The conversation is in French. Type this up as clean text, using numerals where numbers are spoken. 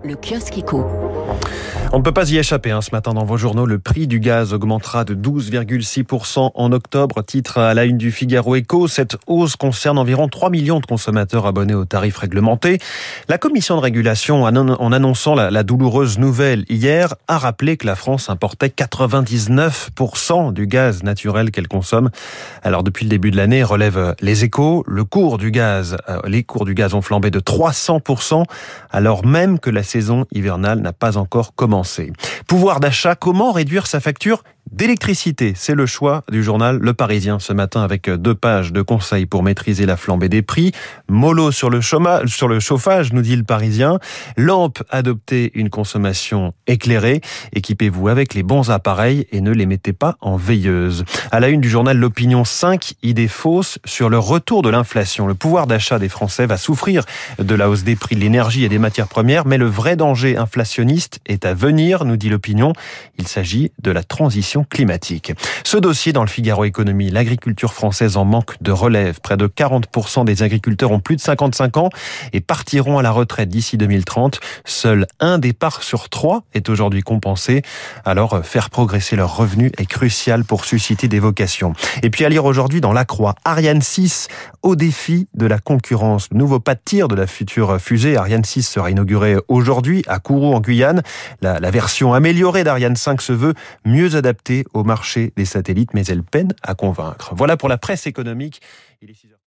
Le kiosque éco. On ne peut pas y échapper ce matin dans vos journaux. Le prix du gaz augmentera de 12,6% en octobre. Titre à la une du Figaro Éco. Cette hausse concerne environ 3 millions de consommateurs abonnés aux tarifs réglementés. La commission de régulation, en annonçant la douloureuse nouvelle hier, a rappelé que la France importait 99% du gaz naturel qu'elle consomme. Alors depuis le début de l'année, relève les Échos, les cours du gaz ont flambé de 300%, alors même que la saison hivernale n'a pas encore commencé. Pouvoir d'achat, comment réduire sa facture d'électricité? C'est le choix du journal Le Parisien ce matin avec 2 pages de conseils pour maîtriser la flambée des prix. Mollo sur le chauffage, nous dit Le Parisien. Lampe, adoptez une consommation éclairée. Équipez-vous avec les bons appareils et ne les mettez pas en veilleuse. À la une du journal L'Opinion, 5 idées fausses sur le retour de l'inflation. Le pouvoir d'achat des Français va souffrir de la hausse des prix de l'énergie et des matières premières, mais le vrai danger inflationniste est à venir, nous dit L'Opinion. Il s'agit de la transition climatique. Ce dossier dans le Figaro Économie, l'agriculture française en manque de relève. Près de 40% des agriculteurs ont plus de 55 ans et partiront à la retraite d'ici 2030. Seul un départ sur 3 est aujourd'hui compensé. Alors, faire progresser leurs revenus est crucial pour susciter des vocations. Et puis à lire aujourd'hui dans La Croix, Ariane 6 au défi de la concurrence. Le nouveau pas de tir de la future fusée Ariane 6 sera inauguré aujourd'hui à Kourou en Guyane. La version améliorée d'Ariane 5 se veut mieux adaptée au marché des satellites, mais elle peine à convaincre. Voilà pour la presse économique. Il est 6h.